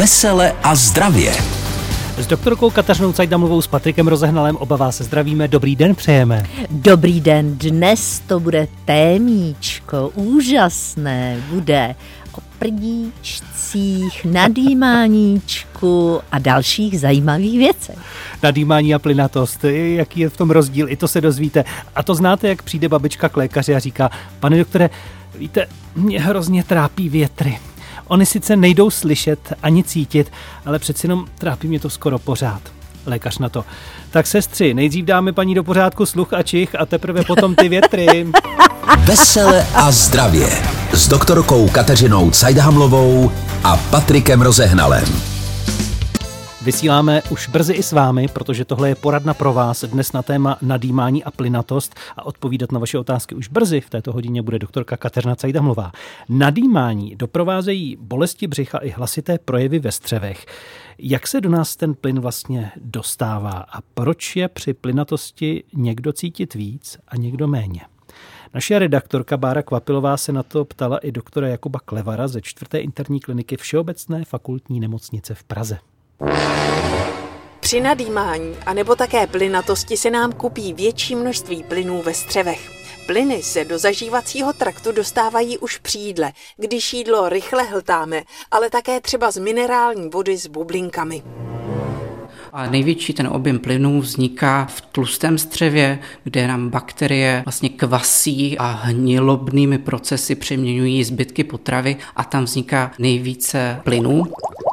Vesele a zdravě. S doktorkou Kateřinou Cajdamovou, s Patrikem Rozehnalem, oba vás se zdravíme. Dobrý den přejeme. Dobrý den, dnes to bude témíčko, úžasné, bude o prdíčcích, nadýmáníčku a dalších zajímavých věcech. Nadýmání a plynatost, jaký je v tom rozdíl, i to se dozvíte. A to znáte, jak přijde babička k lékaři a říká: pane doktore, víte, mě hrozně trápí větry. Ony sice nejdou slyšet ani cítit, ale přeci jenom trápí mě to skoro pořád. Lékař na to: tak sestři, nejdřív dáme paní do pořádku sluch a čich a teprve potom ty větry. Vesele a zdravě s doktorkou Kateřinou Cajdamovou a Patrikem Rozehnalem. Vysíláme už brzy i s vámi, protože tohle je poradna pro vás dnes na téma nadýmání a plynatost a odpovídat na vaše otázky už brzy v této hodině bude doktorka Kateřina Cajdamová. Nadýmání doprovázejí bolesti břicha i hlasité projevy ve střevech. Jak se do nás ten plyn vlastně dostává a proč je při plynatosti někdo cítit víc a někdo méně? Naše redaktorka Bára Kvapilová se na to ptala i doktora Jakuba Klevara ze 4. interní kliniky Všeobecné fakultní nemocnice v Praze. Při nadýmání anebo také plynatosti se nám kupí větší množství plynů ve střevech. Plyny se do zažívacího traktu dostávají už při jídle, když jídlo rychle hltáme, ale také třeba z minerální vody s bublinkami. A největší ten objem plynů vzniká v tlustém střevě, kde nám bakterie vlastně kvasí a hnilobnými procesy přeměňují zbytky potravy a tam vzniká nejvíce plynů.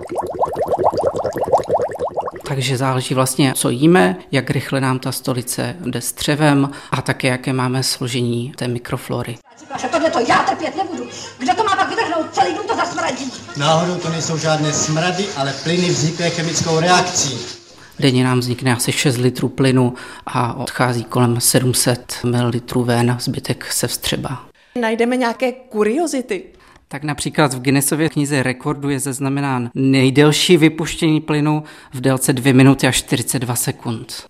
Takže záleží vlastně, co jíme, jak rychle nám ta stolice jde střevem a také, jaké máme složení té mikroflory. Tohle to já trpět nebudu. Kdo to má pak vydrhnout? Celý dům to zasmradí. Náhodou to nejsou žádné smrady, ale plyny vzniklé chemickou reakcí. Denně nám vznikne asi 6 litrů plynu a odchází kolem 700 ml ven, zbytek se vstřebá. Najdeme nějaké kuriozity. Tak například v Guinnessově knize rekordů je zaznamenán nejdelší vypuštění plynu v délce 2 minuty a 42 sekund.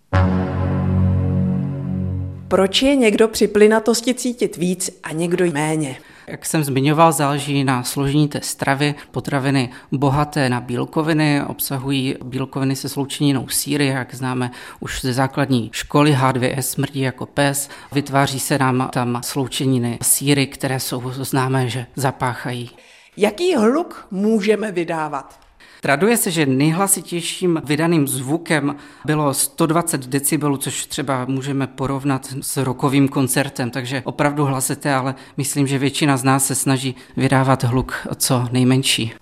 Proč je někdo při plynatosti cítit víc a někdo méně? Jak jsem zmiňoval, záleží na složení té stravy. Potraviny bohaté na bílkoviny obsahují bílkoviny se sloučeninou síry, jak známe už ze základní školy. H2S smrdí jako pes. Vytváří se nám tam sloučeniny síry, které jsou známé, že zapáchají. Jaký hluk můžeme vydávat? Traduje se, že nejhlasitějším vydaným zvukem bylo 120 decibelů, což třeba můžeme porovnat s rockovým koncertem, takže opravdu hlasité, ale myslím, že většina z nás se snaží vydávat hluk co nejmenší.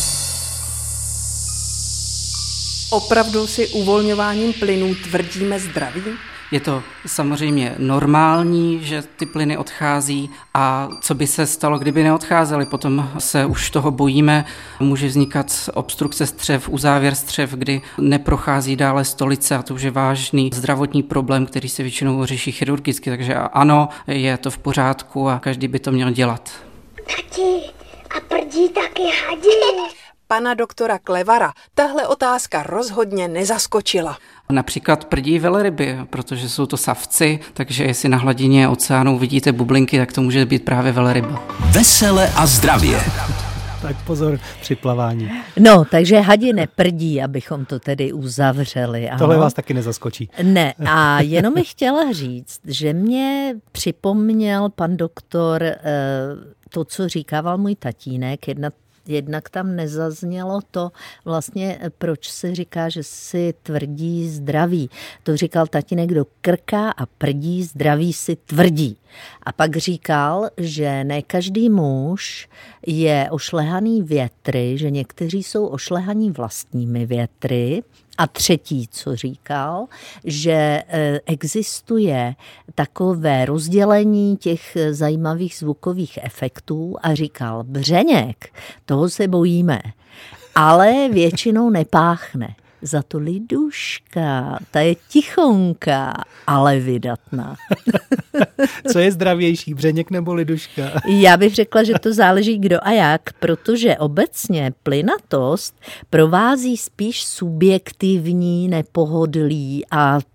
Opravdu si uvolňováním plynů tvrdíme zdraví? Je to samozřejmě normální, že ty plyny odchází a co by se stalo, kdyby neodcházely, potom se už toho bojíme, může vznikat obstrukce střev, uzávěr střev, kdy neprochází dále stolice a to už je vážný zdravotní problém, který se většinou řeší chirurgicky, takže ano, je to v pořádku a každý by to měl dělat. Tati, a prdí taky hadi. Pana doktora Klevara tahle otázka rozhodně nezaskočila. Například prdí velryby, protože jsou to savci, takže jestli na hladině oceánu vidíte bublinky, tak to může být právě velryba. Vesele a zdravě. Tak pozor při plavání. No, takže hadi neprdí, abychom to tedy uzavřeli. Ano. Tohle vás taky nezaskočí. Ne, a jenom bych chtěla říct, že mě připomněl pan doktor to, co říkával můj tatínek. Jednak tam nezaznělo to vlastně, proč se říká, že si tvrdí zdraví. To říkal tatínek, kdo krká a prdí, zdraví si tvrdí. A pak říkal, že ne každý muž je ošlehaný větry, že někteří jsou ošlehaní vlastními větry. A třetí, co říkal, že existuje takové rozdělení těch zajímavých zvukových efektů a říkal: Břeněk, toho se bojíme, ale většinou nepáchne. Za to liduška, ta je tichonká, ale vydatná. Co je zdravější, Břeněk nebo liduška? Já bych řekla, že to záleží kdo a jak, protože obecně plynatost provází spíš subjektivní nepohodlí a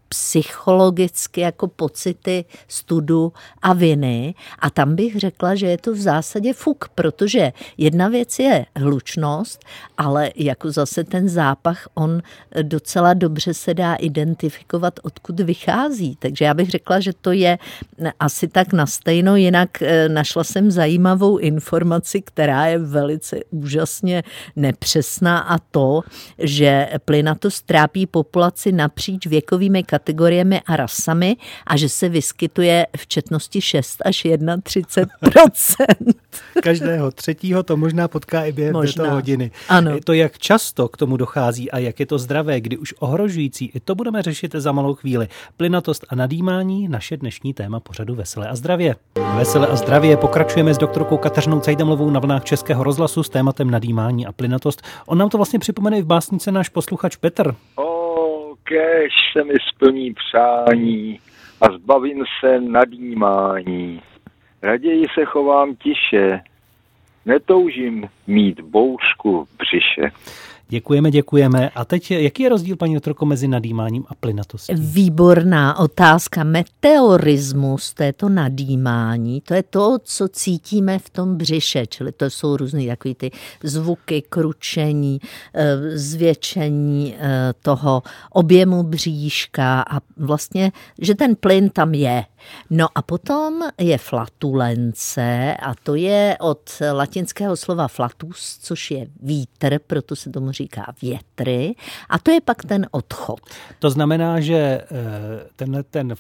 psychologicky jako pocity studu a viny a tam bych řekla, že je to v zásadě fuk, protože jedna věc je hlučnost, ale jako zase ten zápach, on docela dobře se dá identifikovat, odkud vychází. Takže já bych řekla, že to je asi tak nastejno, jinak našla jsem zajímavou informaci, která je velice úžasně nepřesná a to, že plynatost trápí populaci napříč věkovými kategoriemi a rasami a že se vyskytuje v četnosti 6 až 31%. Každého třetího to možná potká i během této hodiny. Ano. To, jak často k tomu dochází a jak je to zdravé, kdy už ohrožující, i to budeme řešit za malou chvíli. Plynatost a nadýmání, naše dnešní téma pořadu Veselé a zdravě. Veselé a zdravě pokračujeme s doktorkou Kateřinou Cajdamlovou na vlnách Českého rozhlasu s tématem nadýmání a plynatost. On nám to vlastně připomene i v básnice náš posluchač Petr. Kéž se mi splní přání a zbavím se nadýmání. Raději se chovám tiše, netoužím mít bouřku v břiše. Děkujeme. A teď, jaký je rozdíl, paní doktorko, mezi nadýmáním a plynatostí? Výborná otázka. Meteorismus, to je to nadýmání, to je to, co cítíme v tom břiše, čili to jsou různý takový ty zvuky, kručení, zvětšení toho objemu bříška a vlastně, že ten plyn tam je. No a potom je flatulence a to je od latinského slova flatus, což je vítr, proto se tomu říká větry a to je pak ten odchod. To znamená, že ten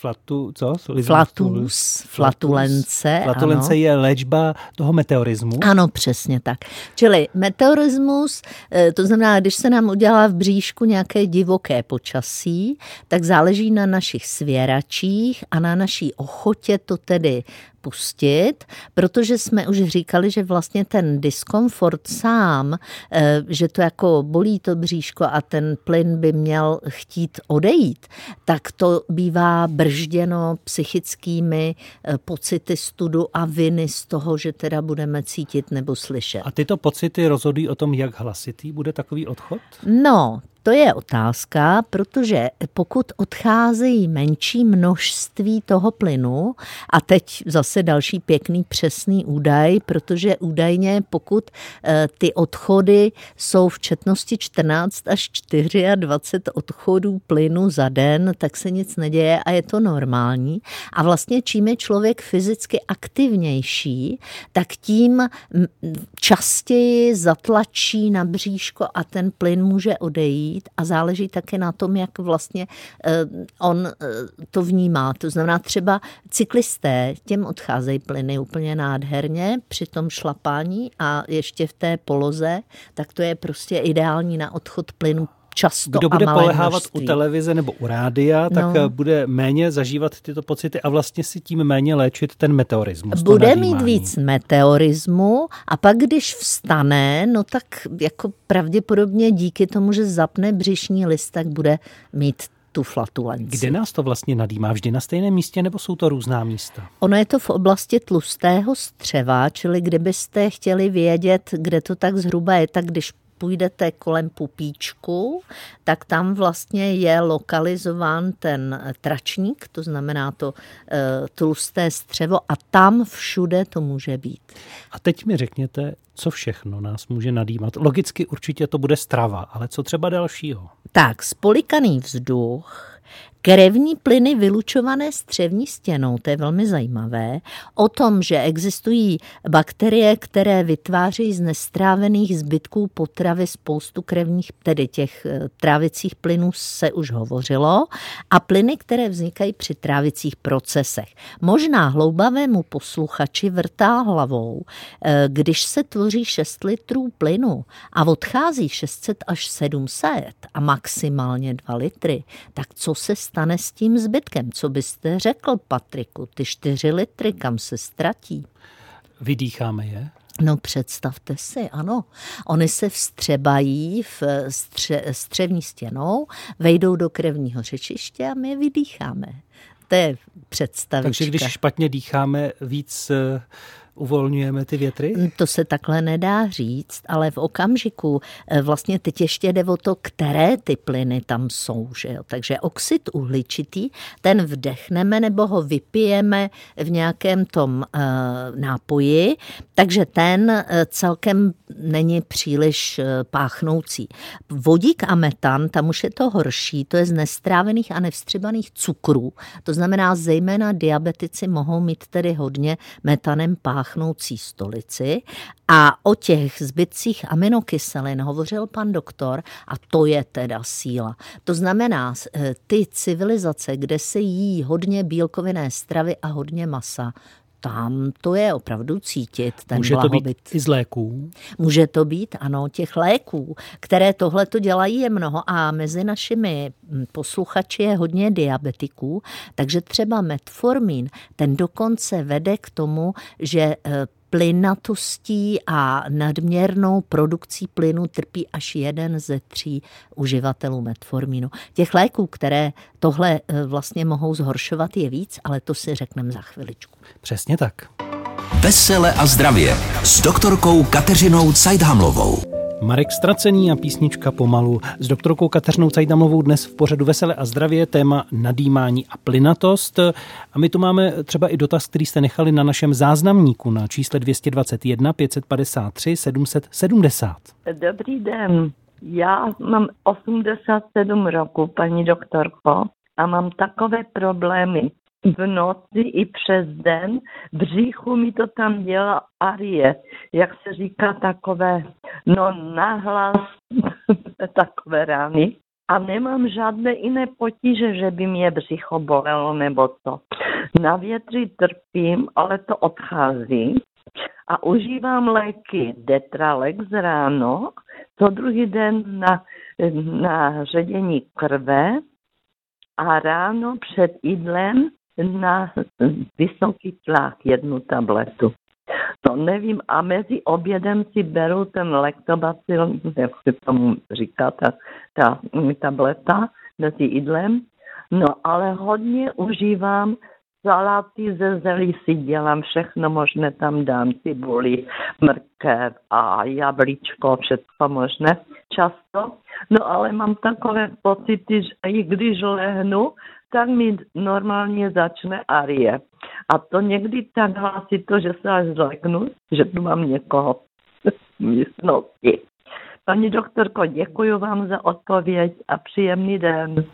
flatulence ano. Je léčba toho meteorismu? Ano, přesně tak. Čili meteorismus, to znamená, když se nám udělá v bříšku nějaké divoké počasí, tak záleží na našich svěračích a na naší ochotě to tedy pustit, protože jsme už říkali, že vlastně ten diskomfort sám, že to jako bolí to bříško a ten plyn by měl chtít odejít, tak to bývá bržděno psychickými pocity studu a viny z toho, že teda budeme cítit nebo slyšet. A tyto pocity rozhodují o tom, jak hlasitý bude takový odchod? No, to je otázka, protože pokud odcházejí menší množství toho plynu, a teď zase další pěkný přesný údaj, protože údajně pokud ty odchody jsou v četnosti 14 až 24 odchodů plynu za den, tak se nic neděje a je to normální. A vlastně čím je člověk fyzicky aktivnější, tak tím častěji zatlačí na bříško a ten plyn může odejít. A záleží také na tom, jak vlastně on to vnímá. To znamená třeba cyklisté, těm odcházejí plyny úplně nádherně při tom šlapání a ještě v té poloze, tak to je prostě ideální na odchod plynu. Často kdo bude polehávat množství. U televize nebo u rádia, tak bude méně zažívat tyto pocity a vlastně si tím méně léčit ten meteorismus. Bude mít víc meteorismu a pak, když vstane, no tak jako pravděpodobně díky tomu, že zapne břišní list, tak bude mít tu flatulenci. Kde nás to vlastně nadýmá? Vždy na stejném místě nebo jsou to různá místa? Ono je to v oblasti tlustého střeva, čili kdybyste chtěli vědět, kde to tak zhruba je, tak když půjdete kolem pupíčku, tak tam vlastně je lokalizován ten tračník, to znamená to tlusté střevo a tam všude to může být. A teď mi řekněte, co všechno nás může nadýmat. Logicky určitě to bude strava, ale co třeba dalšího? Tak, spolikaný vzduch, krevní plyny vylučované střevní stěnou, to je velmi zajímavé, o tom, že existují bakterie, které vytvářejí z nestrávených zbytků potravy spoustu krevních, tedy těch trávicích plynů se už hovořilo, a plyny, které vznikají při trávicích procesech. Možná hloubavému posluchači vrtá hlavou, když se tvoří 6 litrů plynu a odchází 600 až 700 a maximálně 2 litry, tak co se stane s tím zbytkem? Co byste řekl, Patriku? Ty 4 litry, kam se ztratí? Vydýcháme je? No představte si, ano. Oni se vstřebají v střevní stěnou, vejdou do krevního řečiště a my je vydýcháme. To je představička. Takže když špatně dýcháme, víc uvolňujeme ty větry? To se takhle nedá říct, ale v okamžiku, vlastně teď ještě jde o to, které ty plyny tam jsou. Že jo? Takže oxid uhličitý, ten vdechneme nebo ho vypijeme v nějakém tom nápoji, takže ten celkem není příliš páchnoucí. Vodík a metan, tam už je to horší, to je z nestrávených a nevstřebaných cukrů. To znamená, zejména diabetici mohou mít tedy hodně metanem páchnoucí stolici. A o těch zbytcích aminokyselin hovořil pan doktor a to je teda síla. To znamená, ty civilizace, kde se jí hodně bílkovinné stravy a hodně masa, tam to je opravdu cítit, ten Může blahobyt. to být i z léků? Může to být, ano, těch léků, které tohle to dělají, je mnoho a mezi našimi posluchači je hodně diabetiků, takže třeba metformin, ten dokonce vede k tomu, že plynatostí a nadměrnou produkcí plynu trpí až 1 ze 3 uživatelů metforminu. Těch léků, které tohle vlastně mohou zhoršovat, je víc, ale to si řekneme za chviličku. Přesně tak. Vesele a zdravě s doktorkou Kateřinou Cajdhamlovou. Marek Stracený a písnička Pomalu. S doktorkou Kateřinou Cajdhamlovou dnes v pořadu Vesele a zdravě, téma nadýmání a plynatost. A my tu máme třeba i dotaz, který jste nechali na našem záznamníku na čísle 221 553 770. Dobrý den, já mám 87 roku, paní doktorko, a mám takové problémy. V noci i přes den, v břichu mi to tam dělá arie, jak se říká, takové, nahlas, takové rány. A nemám žádné jiné potíže, že by mě břicho bolelo nebo to. Na větři trpím, ale to odchází. A užívám léky Detralex ráno, co druhý den na ředění krve a ráno před jídlem na vysoký tlak 1 tabletu. No nevím, a mezi obědem si beru ten Lactobacil, jak se tomu říká, ta tableta mezi jídlem. No ale hodně užívám saláty ze zelí, si dělám všechno možné, tam dám cibuli, mrkev a jablíčko, všechno možné často. No ale mám takové pocity, že i když lehnu, tak mi normálně začne arie. A to někdy tak hlásí to, že se až zleknu, že tu mám někoho v místnosti. Paní doktorko, děkuji vám za odpověď a příjemný den.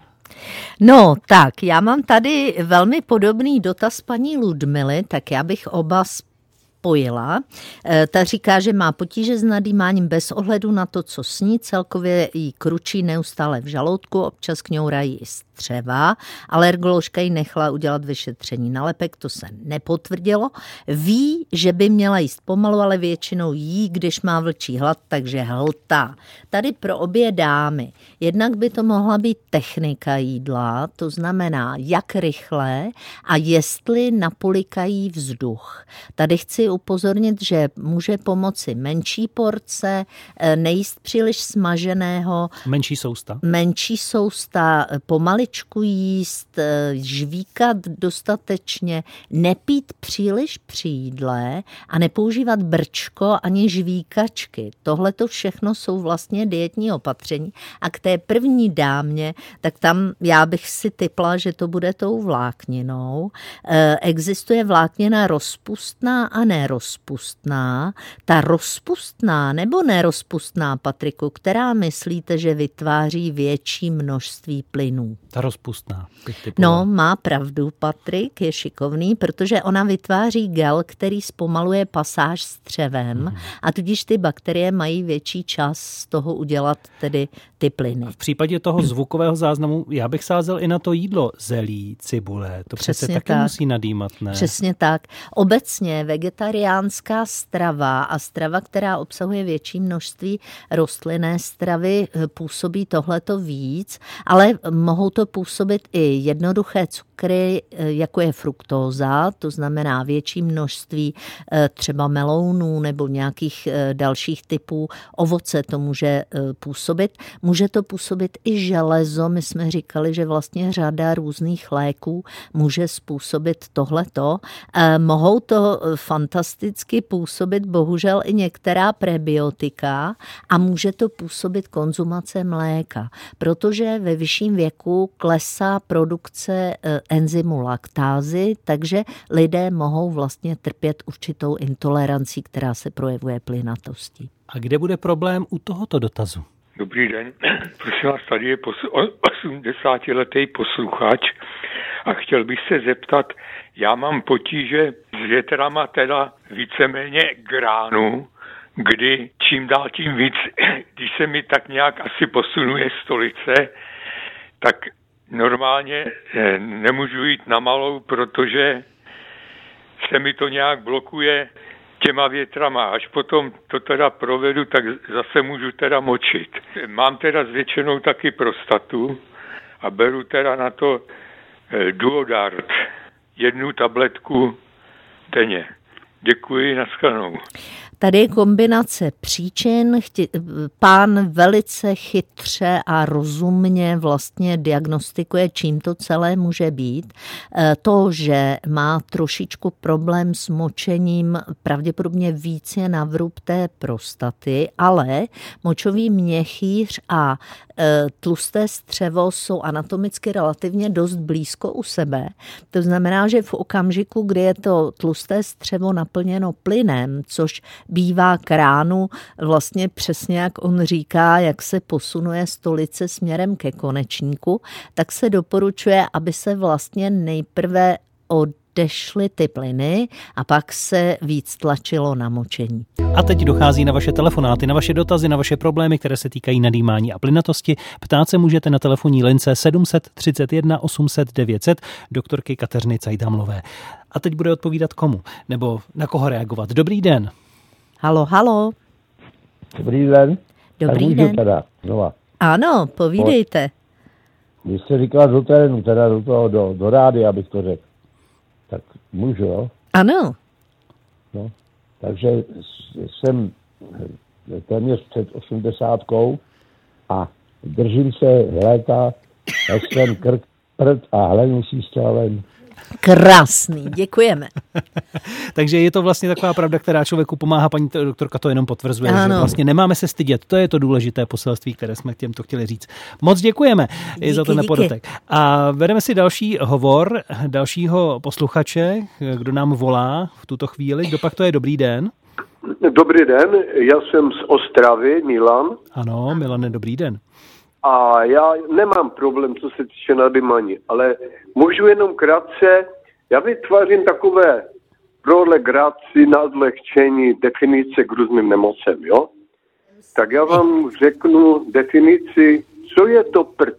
No tak, já mám tady velmi podobný dotaz paní Ludmily, tak já bych oba spojila. Ta říká, že má potíže s nadýmáním bez ohledu na to, co sní, celkově jí kručí neustále v žaludku, občas kňourají i střeva. Alergoložka jí nechala udělat vyšetření na lepek, to se nepotvrdilo. Ví, že by měla jíst pomalu, ale většinou jí, když má vlčí hlad, takže hltá. Tady pro obě dámy. Jednak by to mohla být technika jídla, to znamená, jak rychle a jestli napolikají vzduch. Tady chci upozornit, že může pomoci menší porce, nejíst příliš smaženého. Menší sousta, pomaličku jíst, žvíkat dostatečně, nepít příliš při jídle a nepoužívat brčko ani žvíkačky. Tohle to všechno jsou vlastně dietní opatření. A k té první dámě, tak tam já bych si tipla, že to bude tou vlákninou. Existuje vláknina rozpustná a nerozpustná. Ta rozpustná nebo nerozpustná, Patriku, která myslíte, že vytváří větší množství plynů? Ta rozpustná. No, má pravdu, Patrik je šikovný, protože ona vytváří gel, který zpomaluje pasáž střevem a tudíž ty bakterie mají větší čas z toho udělat tedy ty plyny. V případě toho zvukového záznamu já bych sázel i na to jídlo zelí, cibule. To přece taky musí nadýmat, ne? Přesně tak. Obecně vegetariánská strava a strava, která obsahuje větší množství rostlinné stravy, působí tohleto víc, ale mohou to to působit i jednoduché cukry, jako je fruktóza, to znamená větší množství třeba melounů nebo nějakých dalších typů ovoce to může působit. Může to působit i železo. My jsme říkali, že vlastně řada různých léků může způsobit tohleto. Mohou to fantasticky působit bohužel i některá prebiotika a může to působit konzumace mléka, protože ve vyšším věku klesá produkce enzymu laktázy, takže lidé mohou vlastně trpět určitou intolerancí, která se projevuje plynatostí. A kde bude problém u tohoto dotazu? Dobrý den, prosím vás, tady je 80-letý posluchač a chtěl bych se zeptat, já mám potíže s větrama teda víceméně gránu, kdy čím dál tím víc, když se mi tak nějak asi posunuje stolice, tak normálně nemůžu jít na malou, protože se mi to nějak blokuje těma větrama. Až potom to teda provedu, tak zase můžu teda močit. Mám teda zvětšenou taky prostatu a beru teda na to Duodart, 1 tabletku denně. Děkuji, nashledanou. Tady je kombinace příčin. Pán velice chytře a rozumně vlastně diagnostikuje, čím to celé může být. To, že má trošičku problém s močením, pravděpodobně víc je na vrub té prostaty, ale močový měchýř a tlusté střevo jsou anatomicky relativně dost blízko u sebe. To znamená, že v okamžiku, kdy je to tlusté střevo naplněno plynem, což bývá k ránu, vlastně přesně jak on říká, jak se posunuje stolice směrem ke konečníku, tak se doporučuje, aby se vlastně nejprve odešly ty plyny a pak se víc tlačilo na močení. A teď dochází na vaše telefonáty, na vaše dotazy, na vaše problémy, které se týkají nadýmání a plynatosti. Ptát se můžete na telefonní lince 731 800 900 doktorky Kateřiny Cajdamlové. A teď bude odpovídat komu? Nebo na koho reagovat? Dobrý den. Halo, halo. Dobrý den. Dobrý den. Teda, znova. Ano, povídejte. Když jste říkala do terénu, teda do toho, do rádia, abych to řekl, tak můžu, jo? Ano. No, takže jsem téměř před 80 a držím se léta, jsem krk, prd a hlením si střelem. Krásný, děkujeme. Takže je to vlastně taková pravda, která člověku pomáhá, paní doktorka to jenom potvrzuje, ano. Že vlastně nemáme se stydět. To je to důležité poselství, které jsme těmto chtěli říct. Moc děkujeme i za ten podotek. A vedeme si další hovor dalšího posluchače, kdo nám volá v tuto chvíli. Kdo pak to je? Dobrý den. Dobrý den, já jsem z Ostravy, Milan. Ano, Milane, dobrý den. A já nemám problém, co se týče nadýmání, ale můžu jenom krátce, já vytvářím takové pro legraci na zlehčení definice k různým nemocem, jo? Tak já vám řeknu definici, co je to prd.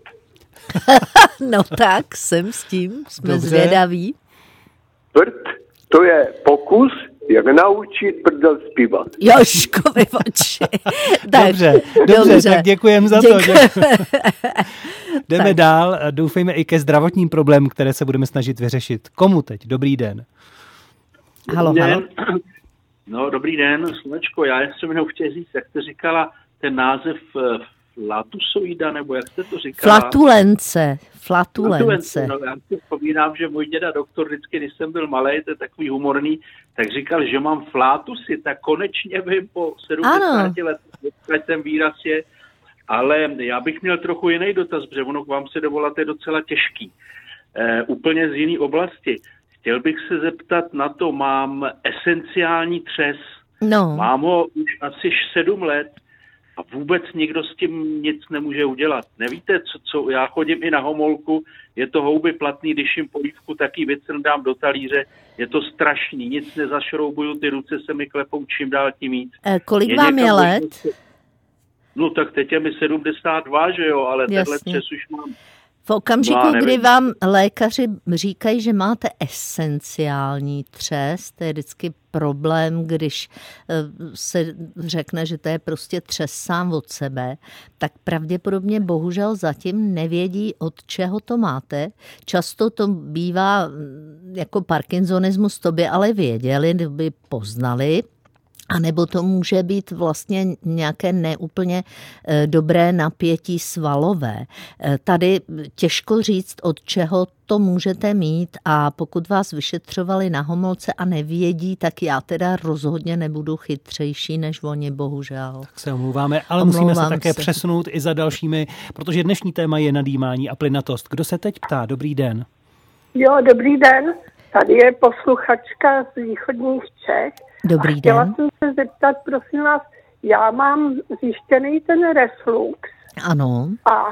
No tak, jsem s tím, jsme zvědaví. Prd, to je pokus, jak naučit prdel zpívat. Jožkovi oči. Dobře, tak děkujeme za to. Jdeme dál, doufejme i ke zdravotním problémům, které se budeme snažit vyřešit. Komu teď? Dobrý den. Halo. No, dobrý den, Slunečko, já jsem jenom chtěl říct, jak jste říkala, ten název flatusoida, nebo jak jste to říkala? Flatulence. No, já si vzpomínám, že můj děda doktor vždycky, když jsem byl malej, to je takový humorný, tak říkal, že mám flátusy, tak konečně vím po 70 letech, ten výraz je, ale já bych měl trochu jiný dotaz, protože ono k vám se dovolat je docela těžký. Úplně z jiné oblasti. Chtěl bych se zeptat na to, mám esenciální třes. No. Mám ho už asi 7 let a vůbec nikdo s tím nic nemůže udělat. Nevíte, co já chodím i na homolku, je to houby platný, když jim polívku, taky věcem dám do talíře, je to strašný, nic nezašroubuju, ty ruce se mi klepou čím dál tím víc. Kolik vám je let? No tak teď je mi 72, že jo, ale tenhle třes už mám. V okamžiku, kdy vám lékaři říkají, že máte esenciální třes, to je vždycky problém, když se řekne, že to je prostě třes sám od sebe, tak pravděpodobně bohužel zatím nevědí, od čeho to máte. Často to bývá jako parkinsonismus, to by ale věděli, by poznali. A nebo to může být vlastně nějaké neúplně dobré napětí svalové. Tady těžko říct, od čeho to můžete mít, a pokud vás vyšetřovali na Homolce a nevědí, tak já teda rozhodně nebudu chytřejší než oni, bohužel. Tak se omlouváme, ale musíme se také přesunout i za dalšími, protože dnešní téma je nadýmání a plynatost. Kdo se teď ptá? Dobrý den. Jo, dobrý den. Tady je posluchačka z východních Čech. Dobrý den. Chtěla jsem se zeptat, prosím vás, já mám zjištěný ten reflux. Ano.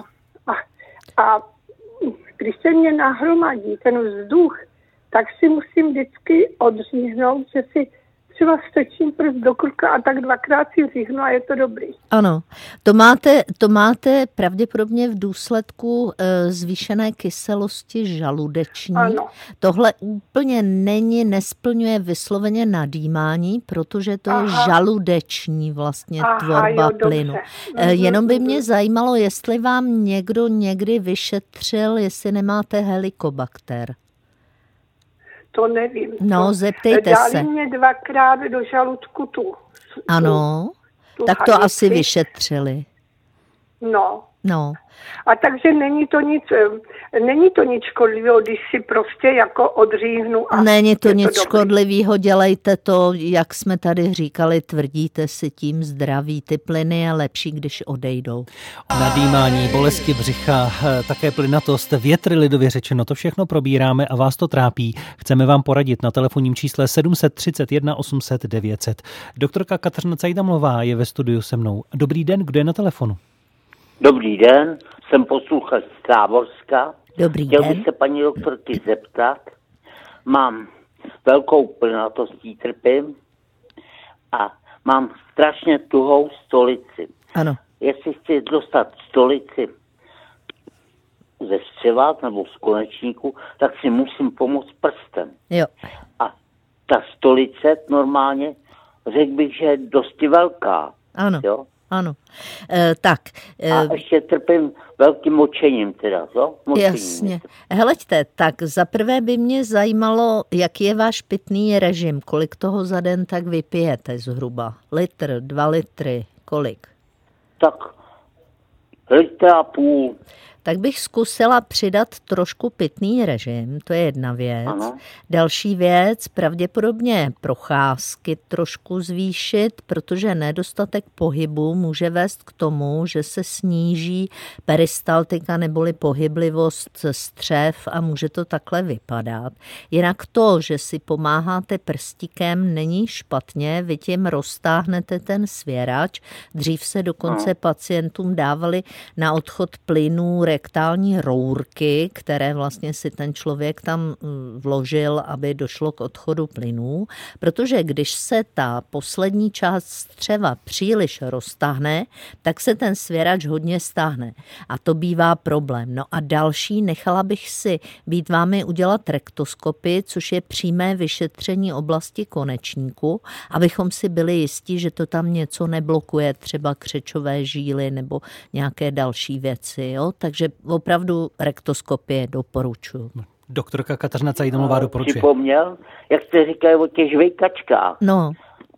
A když se mě nahromadí ten vzduch, tak si musím vždycky odříhnout, že si třeba strčím prst do krka a tak 2krát si říhnu a je to dobrý. Ano, to máte pravděpodobně v důsledku zvýšené kyselosti žaludeční. Ano. Tohle úplně nesplňuje vysloveně nadýmání, protože to je žaludeční vlastně tvorba plynu. Jenom by mě zajímalo, jestli vám někdo někdy vyšetřil, jestli nemáte helikobakter. To nevím. No, zeptejte se. Dali mě 2krát do žaludku tu. Ano, tak to hanici. asi vyšetřili. No. A takže není to nic škodlivého, když si prostě jako odříhnu. A není to nic dobrý. škodlivého, dělejte to, jak jsme tady říkali, tvrdíte si tím zdraví. Ty plyny je lepší, když odejdou. Nadýmání, bolesti břicha, také plynatost, větry lidově řečeno, to všechno probíráme a vás to trápí. Chceme vám poradit na telefonním čísle 731 800 900. Doktorka Kateřina Cajdamlová je ve studiu se mnou. Dobrý den, kdo je na telefonu? Dobrý den, jsem posluchač z Táborska. Chtěl bych se paní doktorky zeptat. Mám velkou plynatostí, trpím a mám strašně tuhou stolici. Ano. Jestli chci dostat stolici ze střeva nebo z konečníku, tak si musím pomoct prstem. Jo. A ta stolice normálně, řekl bych, že je dosti velká. Ano. Jo? Ano. A ještě trpím velkým močením teda, jo? Močením. Jasně. Heleďte, tak zaprvé by mě zajímalo, jaký je váš pitný režim, kolik toho za den tak vypijete zhruba? Litr, 2 litry, kolik? Tak 1,5 litru. Tak bych zkusila přidat trošku pitný režim, to je jedna věc. Ano. Další věc, pravděpodobně procházky trošku zvýšit, protože nedostatek pohybu může vést k tomu, že se sníží peristaltika neboli pohyblivost střev a může to takhle vypadat. Jinak to, že si pomáháte prstíkem, není špatně, vy tím roztáhnete ten svěrač. Dřív se dokonce pacientům dávali na odchod plynů rektální rourky, které vlastně si ten člověk tam vložil, aby došlo k odchodu plynů, protože když se ta poslední část střeva příliš roztáhne, tak se ten svěrač hodně stáhne a to bývá problém. No a další, nechala bych si být vámi udělat rektoskopii, což je přímé vyšetření oblasti konečníku, abychom si byli jistí, že to tam něco neblokuje, třeba křečové žíly nebo nějaké další věci. Jo? Takže opravdu rektoskopie doporučuji. Doktorka Kateřina Cajdamlová doporučuje. Připomněl, jak jste říkali o těch žvejkačkách. No.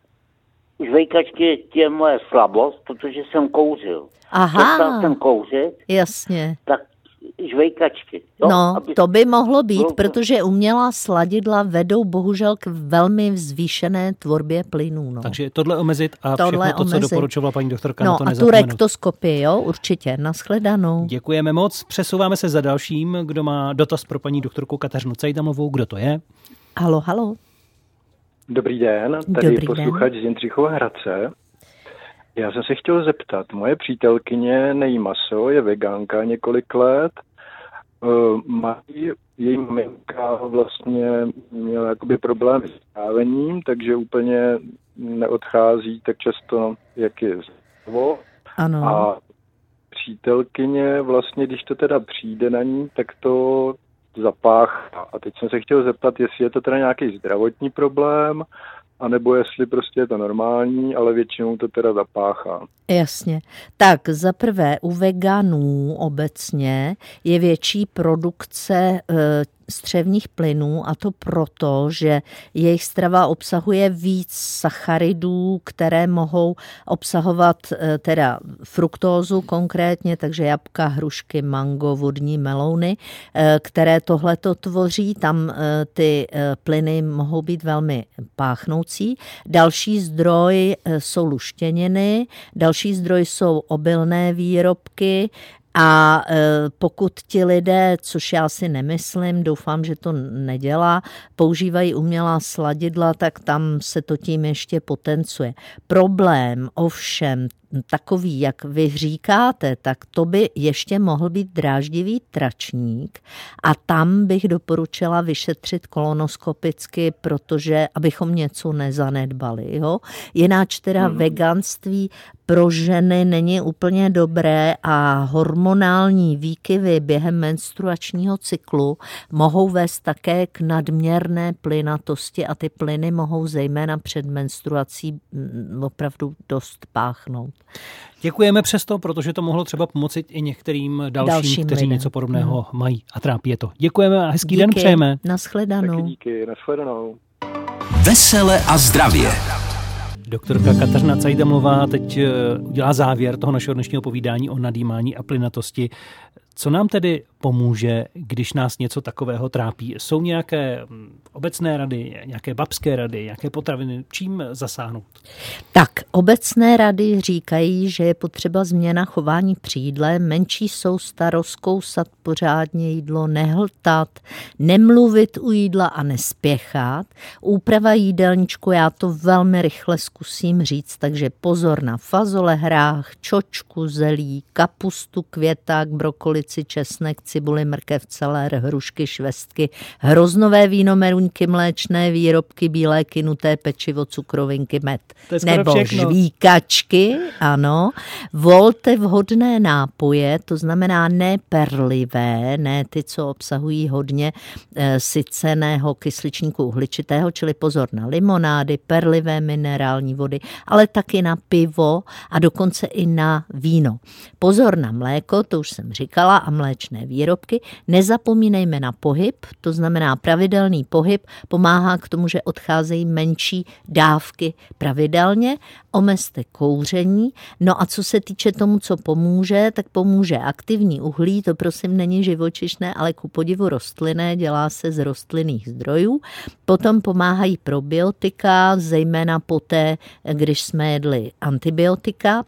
Žvejkačky je moje slabost, protože jsem kouřil. Aha. Přestal jsem kouřit. Jasně. Tak žvejkačky. Jo? No, to by mohlo být, protože umělá sladidla vedou bohužel k velmi zvýšené tvorbě plynů. No. Takže tohle omezit a všechno to, co doporučovala paní doktorka, na to nezapomenout. No a tu rektoskopii, jo, určitě. Nashledanou. Děkujeme moc. Přesouváme se za dalším, kdo má dotaz pro paní doktorku Kateřinu Cajdamlovou. Kdo to je? Halo. Dobrý den, tady posluchač z Jindřichova Hradce. Já jsem se chtěl zeptat, moje přítelkyně nejí maso, je vegánka několik let, její maminka vlastně měla jakoby problém s trávením, takže úplně neodchází tak často, jak je zdravo. Ano. A přítelkyně vlastně, když to teda přijde na ní, tak to zapáchá. A teď jsem se chtěl zeptat, jestli je to teda nějaký zdravotní problém, anebo jestli prostě je to normální, ale většinou to teda zapáchá. Jasně. Tak za prvé u veganů obecně je větší produkce střevních plynů, a to proto, že jejich strava obsahuje víc sacharidů, které mohou obsahovat teda fruktózu konkrétně, takže jablka, hrušky, mango, vodní melouny, které tohleto tvoří. Tam ty plyny mohou být velmi páchnoucí. Další zdroj jsou luštěniny, další zdroj jsou obilné výrobky. A pokud ti lidé, což já si nemyslím, doufám, že to nedělá, používají umělá sladidla, tak tam se to tím ještě potencuje. Problém ovšem takový, jak vy říkáte, tak to by ještě mohl být dráždivý tračník a tam bych doporučila vyšetřit kolonoskopicky, protože abychom něco nezanedbali. Jo? Jináč teda veganství pro ženy není úplně dobré a hormonální výkyvy během menstruačního cyklu mohou vést také k nadměrné plynatosti a ty plyny mohou zejména před menstruací opravdu dost páchnout. Děkujeme přesto, protože to mohlo třeba pomoci i některým dalším kteří něco podobného mají a trápí je to. Děkujeme a hezký den přejeme. Nashledanou. Taky díky, nashledanou. Vesele a zdravě. Doktorka Kateřina Cajdamlová teď udělá závěr toho našeho dnešního povídání o nadýmání a plynatosti. Co nám tedy pomůže, když nás něco takového trápí? Jsou nějaké obecné rady, nějaké babské rady, nějaké potraviny? Čím zasáhnout? Tak, obecné rady říkají, že je potřeba změna chování při jídle, menší sousta, rozkousat pořádně jídlo, nehltat, nemluvit u jídla a nespěchat. Úprava jídelníčku, já to velmi rychle zkusím říct, takže pozor na fazole, hrách, čočku, zelí, kapustu, květák, brokolici, česnek, cibuli, mrkev, celer, hrušky, švestky, hroznové víno, meruňky, mléčné výrobky, bílé kynuté pečivo, cukrovinky, med. Nebo žvíkačky, ano. Volte vhodné nápoje, to znamená ne perlivé, ne ty, co obsahují hodně syceného kysličníku uhličitého, čili pozor na limonády, perlivé minerální vody, ale taky na pivo a dokonce i na víno. Pozor na mléko, to už jsem říkala, a mléčné výrobky. Nezapomínejme na pohyb, to znamená pravidelný pohyb pomáhá k tomu, že odcházejí menší dávky pravidelně. Omezte kouření. No a co se týče tomu, co pomůže, tak pomůže aktivní uhlí, to prosím není živočišné, ale ku podivu rostlinné, dělá se z rostlinných zdrojů. Potom pomáhají probiotika, zejména poté, když jsme jedli antibiotika.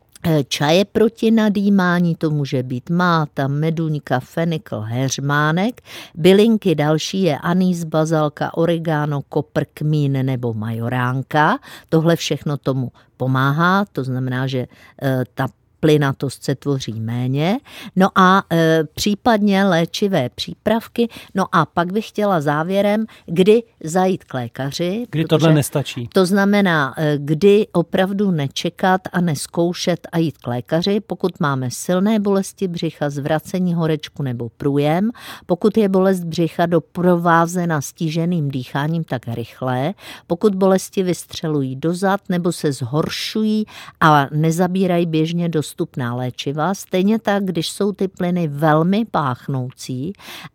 Čaje proti nadýmání, to může být máta, meduňka, fenikl, heřmánek. Bylinky další je anýs, bazalka, oregano, kopr, kmín nebo majoránka. Tohle všechno tomu pomáhá, to znamená, že ta plynatost se tvoří méně. No a případně léčivé přípravky. No a pak bych chtěla závěrem, kdy zajít k lékaři. Kdy tohle nestačí. To znamená, kdy opravdu nečekat a neskoušet a jít k lékaři, pokud máme silné bolesti břicha, zvracení horečku nebo průjem. Pokud je bolest břicha doprovázena stíženým dýcháním, tak rychle. Pokud bolesti vystřelují do zad nebo se zhoršují a nezabírají běžně dostupná léčiva, stejně tak, když jsou ty plyny velmi páchnoucí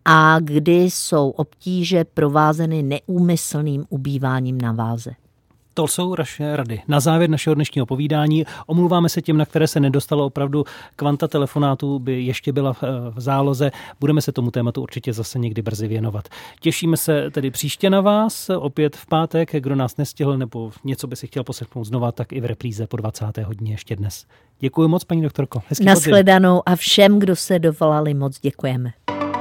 a kdy jsou obtíže provázeny neúmyslným ubýváním na váze. To jsou naše rady. Na závěr našeho dnešního povídání omlouváme se těm, na které se nedostalo opravdu. Kvanta telefonátů by ještě byla v záloze. Budeme se tomu tématu určitě zase někdy brzy věnovat. Těšíme se tedy příště na vás, opět v pátek. Kdo nás nestihl nebo něco by si chtěl poslechnout znova, tak i v repríze po 20. hodině ještě dnes. Děkuji moc, paní doktorko. Nashledanou a všem, kdo se dovolali, moc děkujeme.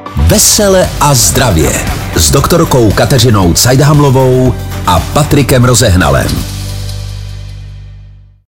Vesele a zdravě s doktorkou Kateřinou Cajdhamlovou a Patrikem Rozehnalem.